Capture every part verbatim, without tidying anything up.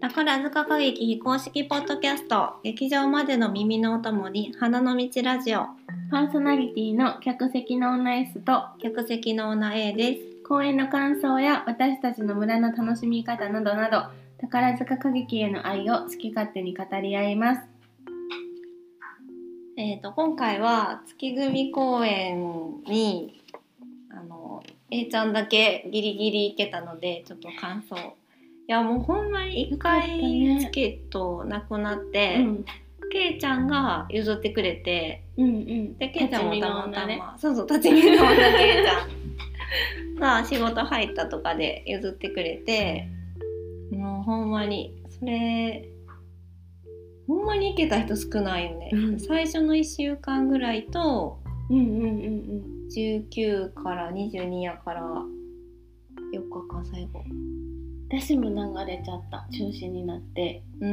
宝塚歌劇非公式ポッドキャスト、劇場までの耳のお供に花の道ラジオ。 パーソナリティの客席の女 S と客席の女 A です。 公演の感想や私たちの村の楽しみ方などなど、宝塚歌劇への愛を好き勝手に語り合います。 えーと、今回は月組公演にあの A ちゃんだけギリギリ行けたので、ちょっと感想。いやもうほんまにいっかいチケットなくなって、うん、ケイちゃんが譲ってくれて、 うんうん、 でケイちゃんもたまたま、ね、そうそう立ち見の女ケイちゃんが仕事入ったとかで譲ってくれて、もうほんまにそれほんまに行けた人少ないよね、うん、最初のいっしゅうかんぐらいと、 うんうんうんうん、 じゅうくからにじゅうにやからよっかかん最後私も流れちゃった、中止になって。 うん、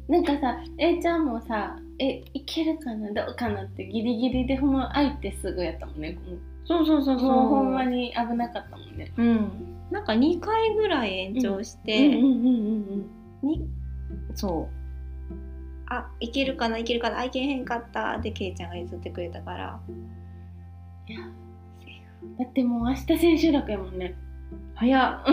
なんかさ A ちゃんもさえいけるかなどうかなってギリギリでほんま空いてすぐやったもんね。 そうそうそうそう、 もうほんまに危なかったもんね。 うん、なんかにかいぐらい延長して、うんうんうんうんうん、にそうあいけるかないけるかなあいけへんかったでケイちゃんが譲ってくれたから、 いやだってもう明日千秋楽やもんね。 早っ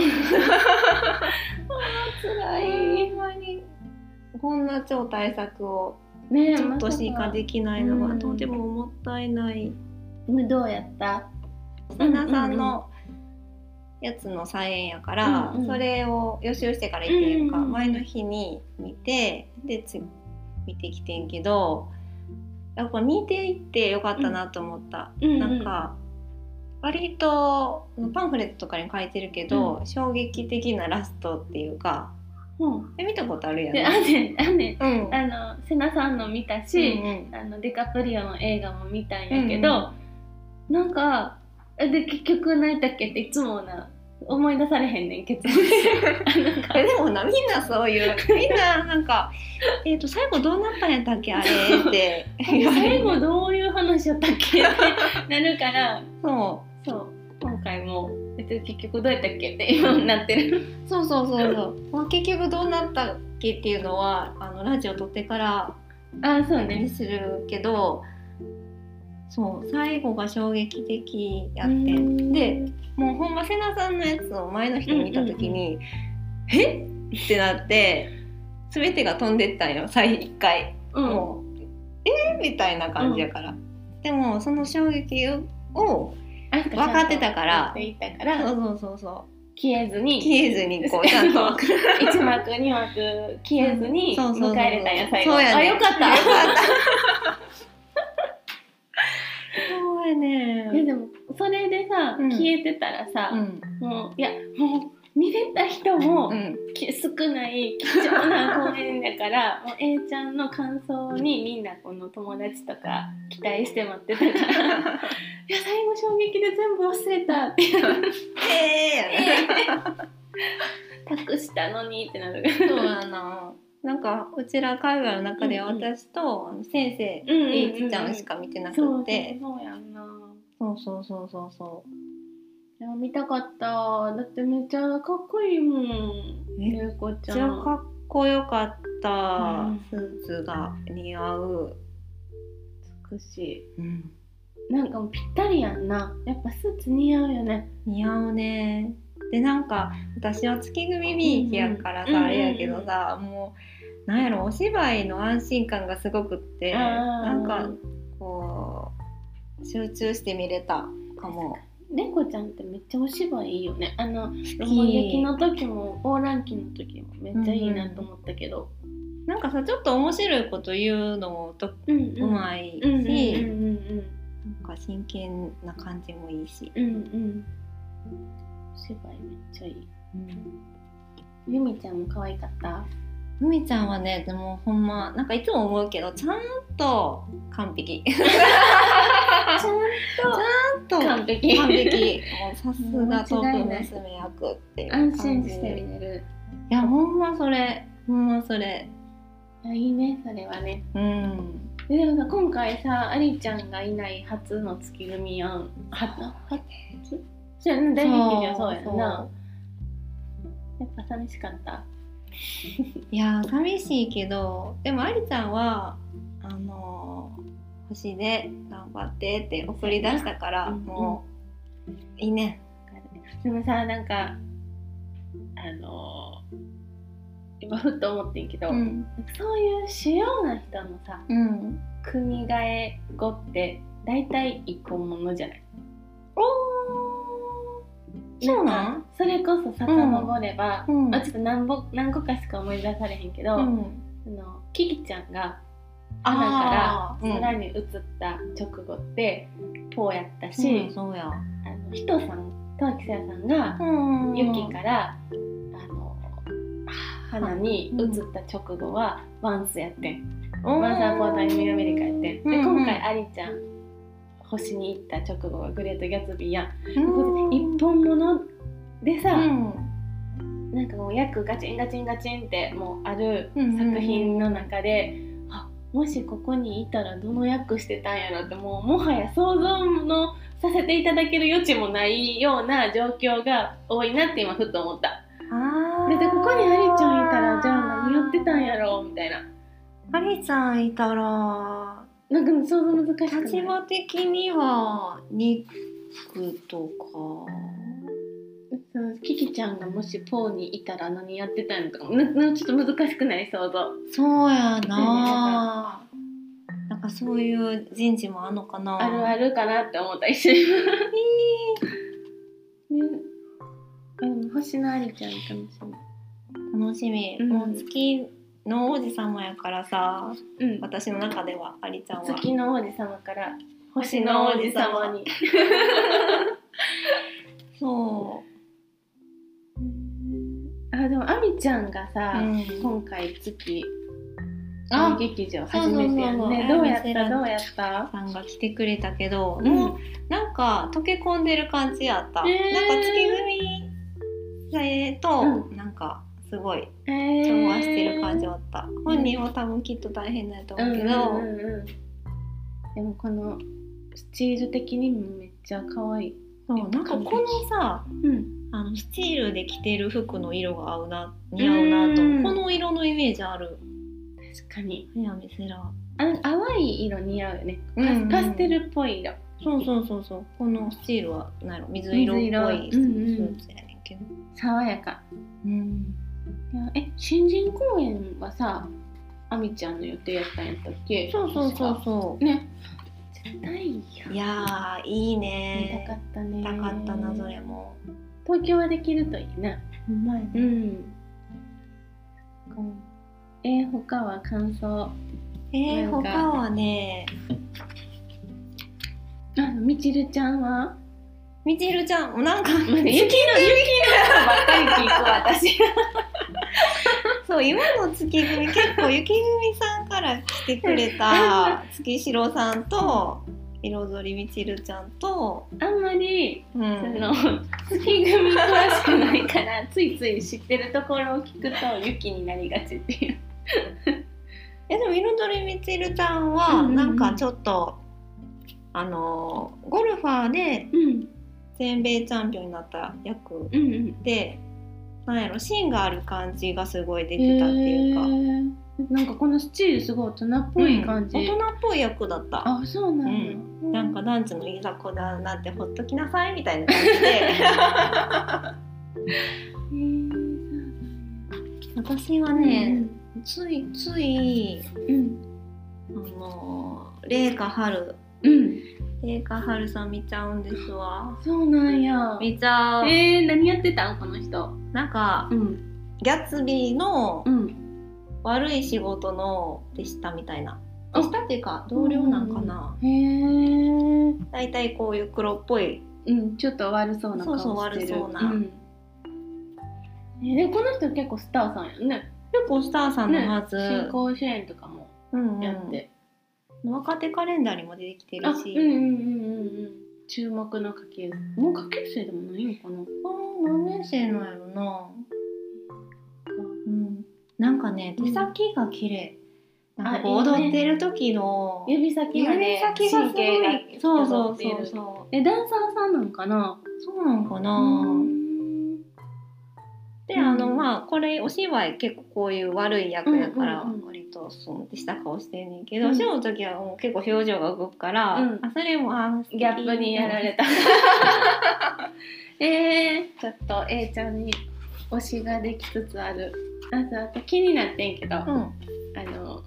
辛い。 ほんまにこんな超大作をちょっとしかできないのがとてももったいない。 どうやった？ さなさんのやつの再演やから、うんうん、それを予習してから行ってんか、うんうん、前の日に見てでつ見てきてんけど、やっぱ見ていってよかったなと思った、うんうん、なんか割とパンフレットとかに書いてるけど、うん、衝撃的なラストっていうか、うん、え見たことあるやん、ね、 あねあね、うん、あのセナさんの見たし、うんうん、あのデカプリオの映画も見たんやけど、うんうん、なんかで結局何やったっけっていつもな思い出されへんねん結論えでもなみんなそういうみんななんかえーと最後どうなったんやったっけあれって最後どういう話やったっけってなるからそうそう今回も結局どうやったっけって今なってるそうそうそうそう、結局どうなったっけっていうのはあのラジオ撮ってからあそうねにするけど、そう最後が衝撃的やってんで、もうほんまセナさんのやつを前の人に見た時に、うんうんうん、えってなって全てが飛んでったんよ最いっかい、うん、もうえー、みたいな感じやから、うん、でもその衝撃を分かってたからそうそうそうそう消えずに消えずにこうちゃんといちまくにまく消えずに迎えれたんや最後。 そうやね、 あよかったよかったそうやね。 いやでもそれでさ、うん、消えてたらさ、うん、もういやもう見れた人も、うん、少ない貴重な公演だからもう A ちゃんの感想にみんなこの友達とか期待して待ってたからいや最後衝撃で全部忘れたってえーやな託したのにってなるそうやな。なんかうちら会話の中で私と、うんうん、先生、うんうんうん、H ちゃんしか見てなくて、 そうそうやんな。 そうそうそうそうそう。 いや見たかった。だってめっちゃかっこいいもん。 めっちゃかっこよかった、うん、スーツが似合う。 美しい、うん、なんかもうぴったりやんな。やっぱスーツ似合うよね。 似合うね。でなんか私は月組ビーキやからさ、うんうん、あれやけどさ、もうなんやろお芝居の安心感がすごくってなんかこう集中して見れたかも。 猫ちゃんってめっちゃお芝居いいよね。あのロボ劇の時もオーランキの時もめっちゃいいなと思ったけど、 うん、なんかさちょっと面白いこと言うのもと、うんうん、うまいし、うんうんうんうん、なんか真剣な感じもいいし、うんうん、 お芝居めっちゃいい、うん、ゆみちゃんも可愛かった。 ゆみちゃんはねでもほんまなんかいつも思うけどちゃんと完璧ちゃんとちゃんと完璧完璧もうさすがトップ娘役っていう感じ。 安心して見れる。 いやほんまそれほんまそれいやいいねそれはね。うんでもさ今回さありちゃんがいない初の月組やん。初初そうやな大劇場そうやんな。やっぱ寂しかった。 いや寂しいけど、でもありちゃんはあの星で頑張ってって送り出したから、うん、もういいね。 でもさ、なんかあの今ふっと思ってんけど、うん、そういう主要な人のさ、うん、組替え語って大体一個ものじゃない？ おー、そうなん？ それこそ遡れば、うん、あちょっと 何, ぼ何個かしか思い出されへんけど、うん、あのキキちゃんが花から空に移った直後ってポーやったし、 うん、そうや、あのヒトさんとキセヤさんがユキから、うん、あの花に移った直後はワンスやってん、ワンスアポータイムアメリカやってん、うん、で今回アリちゃん星に行った直後がグレート・ギャツビーや、うん、一本物でさ、うん、なんかもう役ガチンガチンガチンってもうある作品の中で、うん、あ、もしここにいたらどの役してたんやろって、もうもはや想像のさせていただける余地もないような状況が多いなって今ふっと思った。あででここにアリちゃんいたらじゃあ何やってたんやろみたいな。 アリちゃんいたらなんか想像難しくない？ 立場的にはニックとか、 キキちゃんがもしポーにいたら何やってたのとかもなちょっと難しくない？想像。 そうやな、なんかそういう人事もあるのかな。 あるあるかなって思った一瞬。ね、星のアリちゃん楽しみ楽しみ、うん、もう月の王子様やからさ、うん、私の中ではアリちゃんは月の王子様から星の王子様にそうあ、でもアミちゃんがさ、うん、今回月大劇場初めてやんね。どうやったどうやったさんが来てくれたけど、うん、もうなんか溶け込んでる感じやった、えー、なんか月組と、うん、なんかすごい調和してる感じだった、えー、本人は多分きっと大変だと思うけど、うんうんうん、 でもこのスチール的にもめっちゃ可愛い。 そうなんかこのさ、うん、あのスチールで着てる服の色が合うな似合うなと、この色のイメージある。 確かに。 いやミセラあの淡い色似合うよね、うんうん、パステルっぽい色。 そうそうそうそう、このスチールはなんやろ水色っぽいスーツやねんけど、うんうん、 爽やか、うん、いやえ新人公演はさアミちゃんの予定やったんやったっけ？ そうそうそうそうね、絶対いいよ。 いやーいいね、 見たかったね。 見たかったな。それも東京はできるといいな。 うまいね、うん、 えー、他は感想。 えー、他はね、 あ、みちるちゃんはみちるちゃんなんか雪の雪のばっかり聞く私そう今の月組結構雪組さんから来てくれた月城さんと彩りみちるちゃんとあんまり、うん、その月組詳しくないからついつい知ってるところを聞くと雪になりがちっていうえでも彩りみちるちゃんはなんかちょっと、うんうん、あのゴルファーで全米チャンピオンになった役で、うんうん、なんやろ芯がある感じがすごい出てたっていうか、 なんかこのスチールすごい大人っぽい感じ、 うん、大人っぽい役だった。 あ、そうなんだ、 うん、なんか団地のいざこだなってほっときなさいみたいな感じで私はね、うん、ついつい、うん、あの麗華春、うん、麗華春さん見ちゃうんですわ。 そうなんや。 見ちゃう。 えー、何やってたんこの人。 なんか、うん、ギャツビーの、うん悪い仕事のでしたみたいな。でしたっていうか同僚なんかな。へえ。だいたいこういう黒っぽい、 うん、ちょっと悪そうな顔してる。そうそう悪そうな。うん、えでこの人結構スターさんやね。 結構スターさんのはず。 ね、新興主演とかもやって、 うんうん、若手カレンダーにも出てきてるし。 うんうんうんうんうん。注目の下級。もう下級生でもないのかな。ああ何年生なんやろな。うん。なんかね手先が綺麗、うん、なんかこう踊ってる時の指先がね指先がすごいそうそうそうそうえダンサーさんなんかな。 そうなんかな。 で、うん、あのまあこれお芝居結構こういう悪い役やから割とスンってした顔してんねんけど、うん、ショーの時はもう結構表情が動くから、うん、あそれもあギャップにやられたえー、ちょっと A ちゃんに推しができつつある。あとあと気になってんけど、うん、あの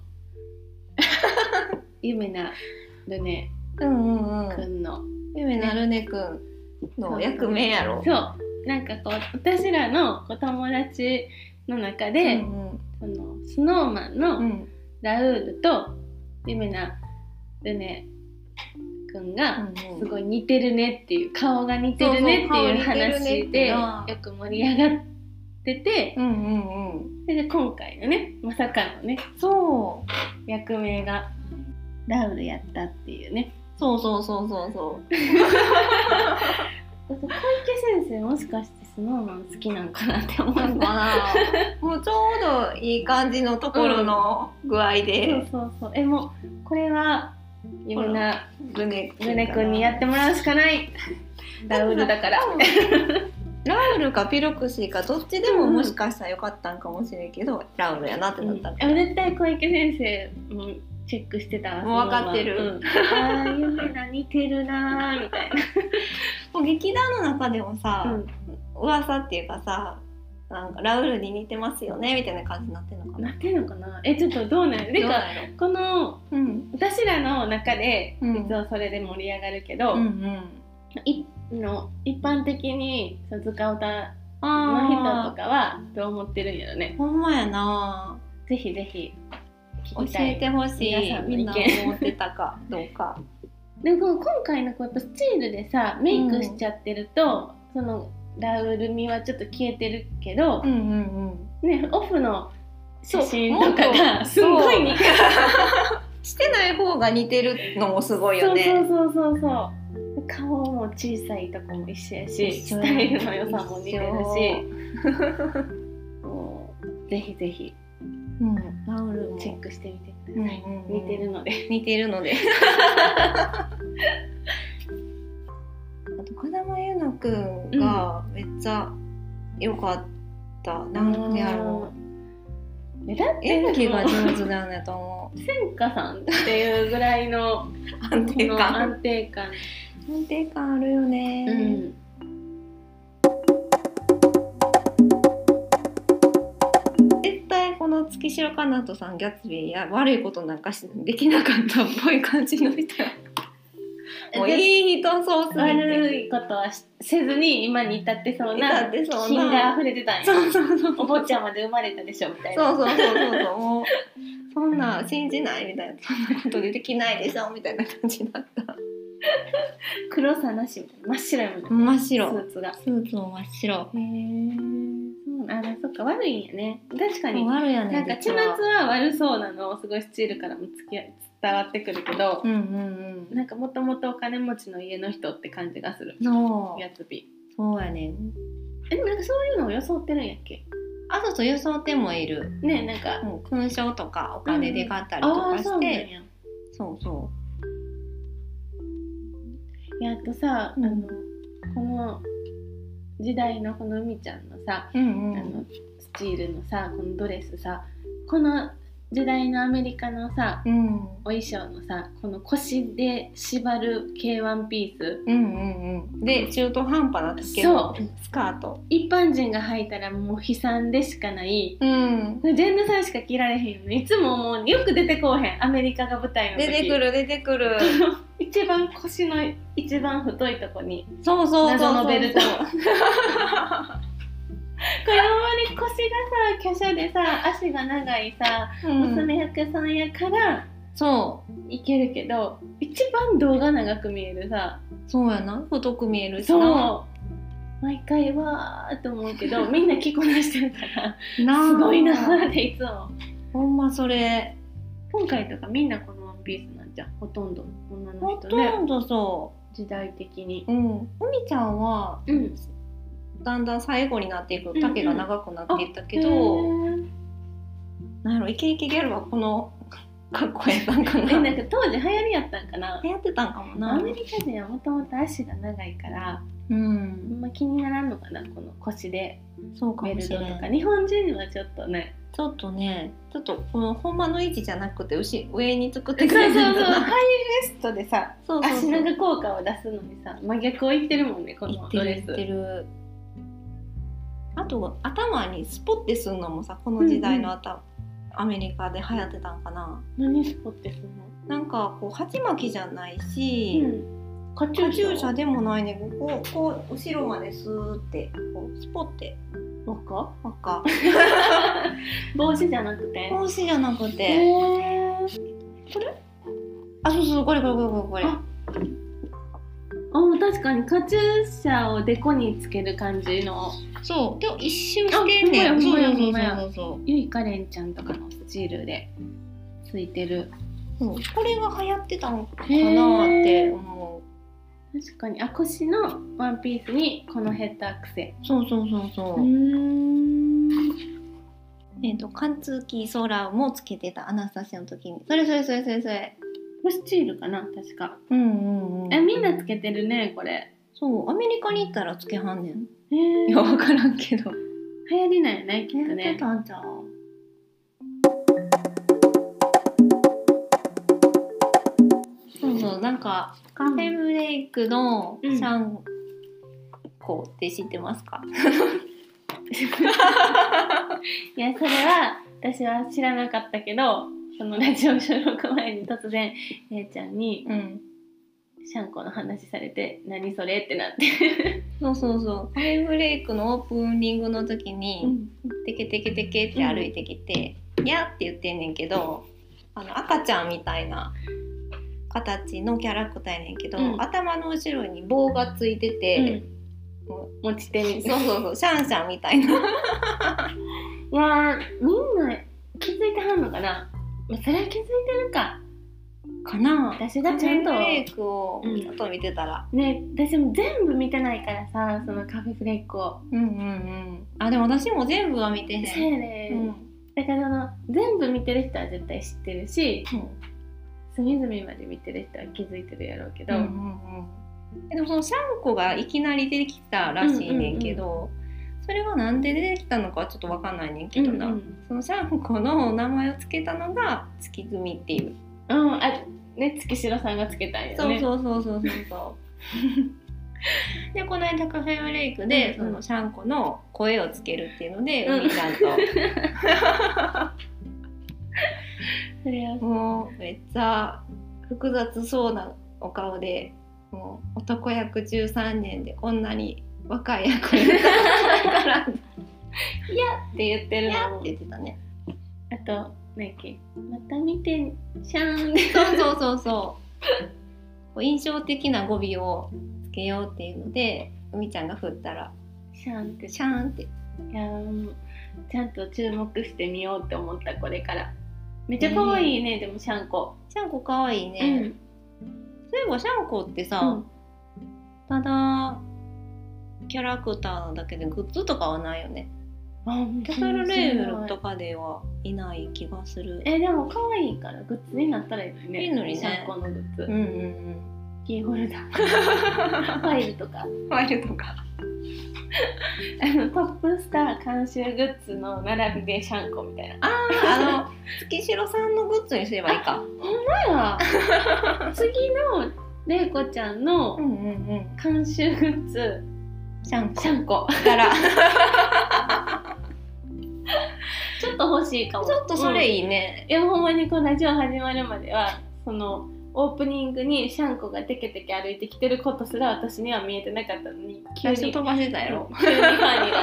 ゆめなるねくんのゆめなるねくんの役名やろ。 そうなんかこう私らのお友達の中で、うんうん、そのスノーマンのラウールとゆめなるねくんがすごい似てるねっていう、顔が似てるねっていう話でよく盛り上がってて、うんうんうん、で今回のねまさかのねそう役名がラウールやったっていうね。 そうそうそうそうそう小池先生もしかしてスノーマン好きなんかなって思うかなもうちょうどいい感じのところの具合で、 うん、そうそうそうえもうこれは有名なルネ君にやってもらうしかないラウールだからラウールかピロクシーかどっちでももしかしたらよかったんかもしれんけど、うん、ラウールやなってなったんか、 うん、絶対小池先生もチェックしてたわ。 もう分かってる、 うん、ああゆめな似てるなーみたいなもう劇団の中でもさ、うん、噂っていうかさなんかラウールに似てますよねみたいな感じになってるのかな。 なってるのかな。えちょっとどうなんでかこの、うん、私らの中で実はそれで盛り上がるけど、うんうん、いの一般的に鈴鹿オタの人とかはどう思ってるんやろね。 ほんまやな。 ぜひぜひ教えてほしい。みんな思ってたかどうか。 でも今回のこうスチールでさメイクしちゃってると、うん、そのラウール味はちょっと消えてるけど、うんうんうん、ねオフの写真とかがすごい似てるしてない方が似てるのもすごいよね。 そうそうそうそうそう。顔も小さいとこも一緒やし、スタイルの良さも似てるし、もうぜひぜひ。うん、ラウールチェックしてみてください、うんうんうん、似てるので似てるのであと児玉優奈くんがめっちゃ良かった、うん、なんでやろう演技が上手なんだと思う千佳さんっていうぐらいの安定感安定感安定感あるよね、うんこの月城かなとさんギャツビーや悪いことなんかしできなかったっぽい感じの人もういい人そうすぎて悪いことはせずに今に至ってそうな品が溢れてたんや。 そうそうそうお坊ちゃまで生まれたでしょみたいな。 そうそうそうそうもうそんな信じないみたいなそんなことでできないでしょみたいな感じだった黒さなしみたいな真っ白やもんね。 真っ白スーツがスーツも真っ白へーあそっか悪いんやね。確かに悪いやね。 なんか千夏は悪そうなのすごいスチールからもつき伝わってくるけど、うんうんうん、なんかもともとお金持ちの家の人って感じがする。 そうやつびそうやね。 えでもなんかそういうのを装ってるんやっけ。 あそうそう装ってもいるねなんか、 うん、勲章とかお金で買ったりとかして、うん、そうなんやそうそういやあとさ、うん、あのこの時代のこの海ちゃんのさ、うんうん、あのスチールのさこのドレスさこの時代のアメリカのさ、うん、お衣装のさこの腰で縛る系ワンピース、うんうんうん、で中途半端な丈のスカート一般人が履いたらもう悲惨でしかない、うん、ジェンヌさんしか着られへんよね。いつももうよく出てこうへんアメリカが舞台の時出てくる出てくる一番腰の一番太いとこにそうそうそうそう謎のベルトこれほんまに腰がさ華奢でさ足が長いさ、うん、娘役さんやからそういけるけど一番動画長く見えるさそうやな太く見えるしなそう毎回わーと思うけどみんな着こなしてるからすごいなーっていつもほんまそれ今回とかみんなこのワンピースなんじゃんほとんど女の人ねほとんどそう時代的にうん海ちゃんは、うんだんだん最後になっていく丈が長くなっていったけど、うんうん、なんやろイケイケギャルはこの格好やったんかな。 え、なんか当時流行りやったんかな。 流行ってたんかもな。 アメリカ人はもともと足が長いから、 うん、 あんま気にならんのかな、この腰でベルトとか。日本人はちょっとね、 ちょっとね、ちょっとこのほんまの位置じゃなくて上に作ってくれるんだな。 そうそうそう、ハイウエストでさ、そうそうそう、足長効果を出すのにさ、真逆を言ってるもんね、このドレス。言ってる。 あと頭にスポッてするのもさ、この時代の頭、うんうん、アメリカで流行ってたんかな。 何スポッてするの？ なんかこう鉢巻きじゃないし、 うん、 カチューシャでもないね。こうこう後ろまでスーってこうスポッて。 輪っか？ 輪っか。 帽子じゃなくて？ 帽子じゃなくて。 へー、 これ？あ、そうそう、これこれこれこれ。ああ、確かにカチューシャをデコにつける感じの。 そう、でも一周してんねん。 そうそうそうそう。ゆいかれんちゃんとかのスチールでついてる。 うん、これが流行ってたのかなって思う。確かに、あ、腰のワンピースにこのヘッドアクセ。 そうそうそうそう。うーん。えっと、カンツキソラもつけてた、アナスタシアの時に。それそれそれそれそれ。 スチールかな、確か。 うんうんうん。 え、みんなつけてるね、これ。 そう、アメリカに行ったらつけはんねん。 へー、 いや、わからんけど。 流行りないよね、きっとね。 流行ってたんちゃう？そうそう、なんかカフェブレイクのシャンコって知ってますか？ いや、それは私は知らなかったけど、そのラジオ収録前に突然えいちゃんに、うん、シャンコの話されて、何それってなってそうそうそう、カフェブレイクのオープニングの時に、うん、テケテケテケって歩いてきて、うん、やって言ってんねんけど、あの赤ちゃんみたいな形のキャラクターやねんけど、うん、頭の後ろに棒がついてて、 うん、持ち手みたいな。 そうそうそう、シャンシャンみたいな。いやー、みんな気づいてはんのかな。それは気づいてるかかな。 私がちゃんとカフェブレイクをちょっと見てたら、 うん、ね、私も全部見てないからさ、そのカフェブレイクを。 うんうんうん。あ、でも私も全部は見てへん。 そうやね、うん、だからその全部見てる人は絶対知ってるし、うん、隅々まで見てる人は気づいてるやろうけど、うんうんうん、でもそのシャンコがいきなり出てきたらしいねんけど、うんうんうん、それがなんで出てきたのかはちょっと分かんないねんけどな、うんうん、そのシャンコの名前をつけたのが月組っていう、 うん、あ、ね、月城さんがつけたんやね。 そうそうそうそうそうそうで、この間カフェブレイクで、うんうん、そのシャンコの声をつけるっていうので、うん、海ちゃんとそれはもうめっちゃ複雑そうなお顔で、もう男役じゅうさんねんでこんなに若い役に立たないからいやって言ってるの。 いやって言ってたね。 あと何っけ、また見てシャーンそうそうそうそう印象的な語尾をつけようっていうので、海ちゃんが振ったらシャーンってシャーンって。いやー、ちゃんと注目してみようって思った。これからめっちゃ可愛いね、でもシャンコシャンコ可愛いね、うん、そういえばシャンコってさ、うん、ただキャラクターなだけでグッズとかはないよね。 あ、 キャサルレールとかではいない気がする。 え、でも可愛いからグッズになったらいいのにね。 いいのにね。 シャンコのグッズ。 うんうんうん。 キーホルダー。ファイルとか。 ファイルとか。 あのトップスター監修グッズの並びでシャンコみたいな。 ああ、あの月城さんのグッズにすればいいか。 ほんまや。次のれいこちゃんの監修グッズ。 シャンコ。 シャンコ。 柄。 ちょっと欲しいかも。 ちょっとそれいいね。 うん、いやほんまにこのラジオ始まるまではそのオープニングにシャンコがテケテケ歩いてきてることすら私には見えてなかったのに、 急に飛ばしてたやろ。 急にファンになった。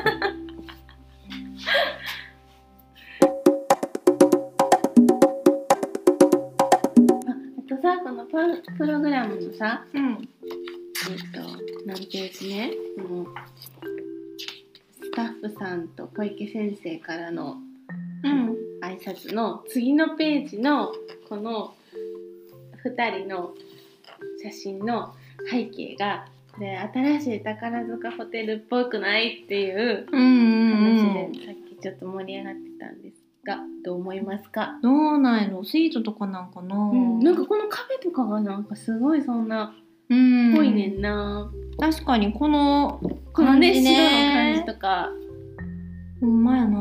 あとさ、このプログラムのさ、うん、えっと何ページね、そのスタッフさんと小池先生からの、うん、挨拶の次のページのこのふたりの写真の背景がこれ新しい宝塚ホテルっぽくないっていう話でさっきちょっと盛り上がってたんですがどう思いますか？ どうなんやろ、スイートとかなんかな、 うん、なんかこの壁とかがなんかすごいそんなうんぽいねんな。 確かにこのこのね感じね白の感じとかほんまやな、 うん、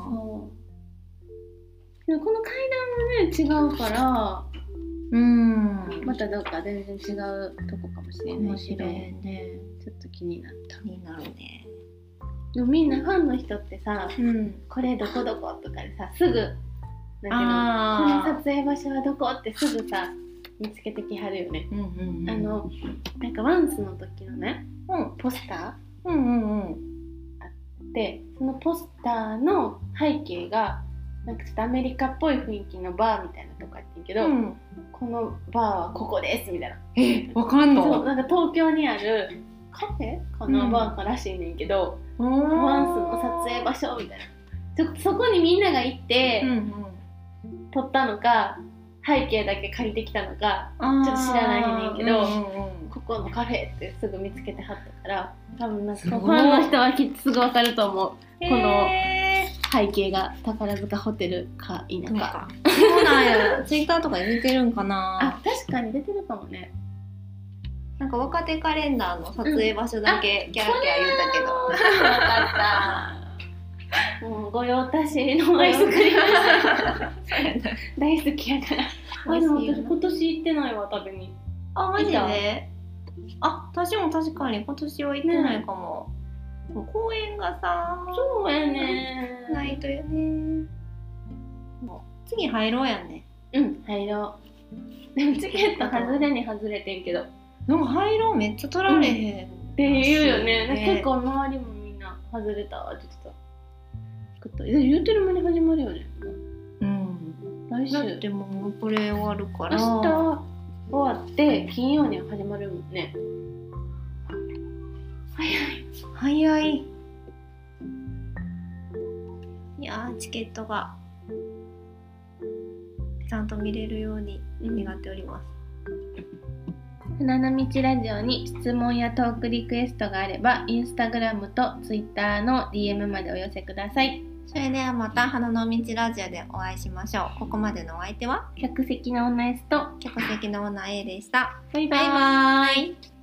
そうでもこの階段はね違うからうんまたどっか全然違うとこかもしれないけど、 ね、 ちょっと気になった気になるね。 でもみんなファンの人ってさ、 うん、 これどこどことかでさすぐあこの撮影場所はどこってすぐさ見つけてきはるよね、 うんうんうん、 あのなんかワンスの時のね、うん、ポスター、 うんうんうん、 あってそのポスターの背景がなんかちょっとアメリカっぽい雰囲気のバーみたいなとこやってんけど、うん、このバーはここですみたいな。 え、わかんの？ そう、なんか東京にあるカフェかな、うん、バーからしいねんけど、ワンスの撮影場所みたいな。そ, そこにみんなが行って、うんうん、撮ったのか背景だけ借りてきたのかちょっと知らないねんけど、うんうんうん、ここのカフェってすぐ見つけてはったから多分なんかファンの人はきっとすぐ分かると思う。この背景が宝塚ホテルか否か。 そうなんや。ツイッターとかで見てるんかな。 あ、確かに出てるかもね。 なんか若手カレンダーの撮影場所だけキャラキャラ言ったけど。 分かった。もう御用達のアイスクリーム大好きやから。あ、でも私今年行ってないわ食べに。 あ、マジで？あ、私も確かに今年は行ってないかも。ね、もう公園がさ、 そうやね、 ないとよね。もう次入ろうやね。 うん、入ろう。でもチケット外れに外れてんけど、 でも入ろうめっちゃ取られへん、うん、 って言うよね。ね、結構周りもみんな外れたって言ってた。言ってる間に始まるよね。 うん。来週だってもうこれ終わるから。 明日終わって金曜には始まるもんね。早い。 早い。いやー、チケットがちゃんと見れるように願っております。 花の道ラジオに質問やトークリクエストがあればインスタグラムとツイッターの ディーエム までお寄せください。 それではまた花の道ラジオでお会いしましょう。ここまでのお相手は客席の女 S と客席の女 A でした。 バイバイ。 バイバイ。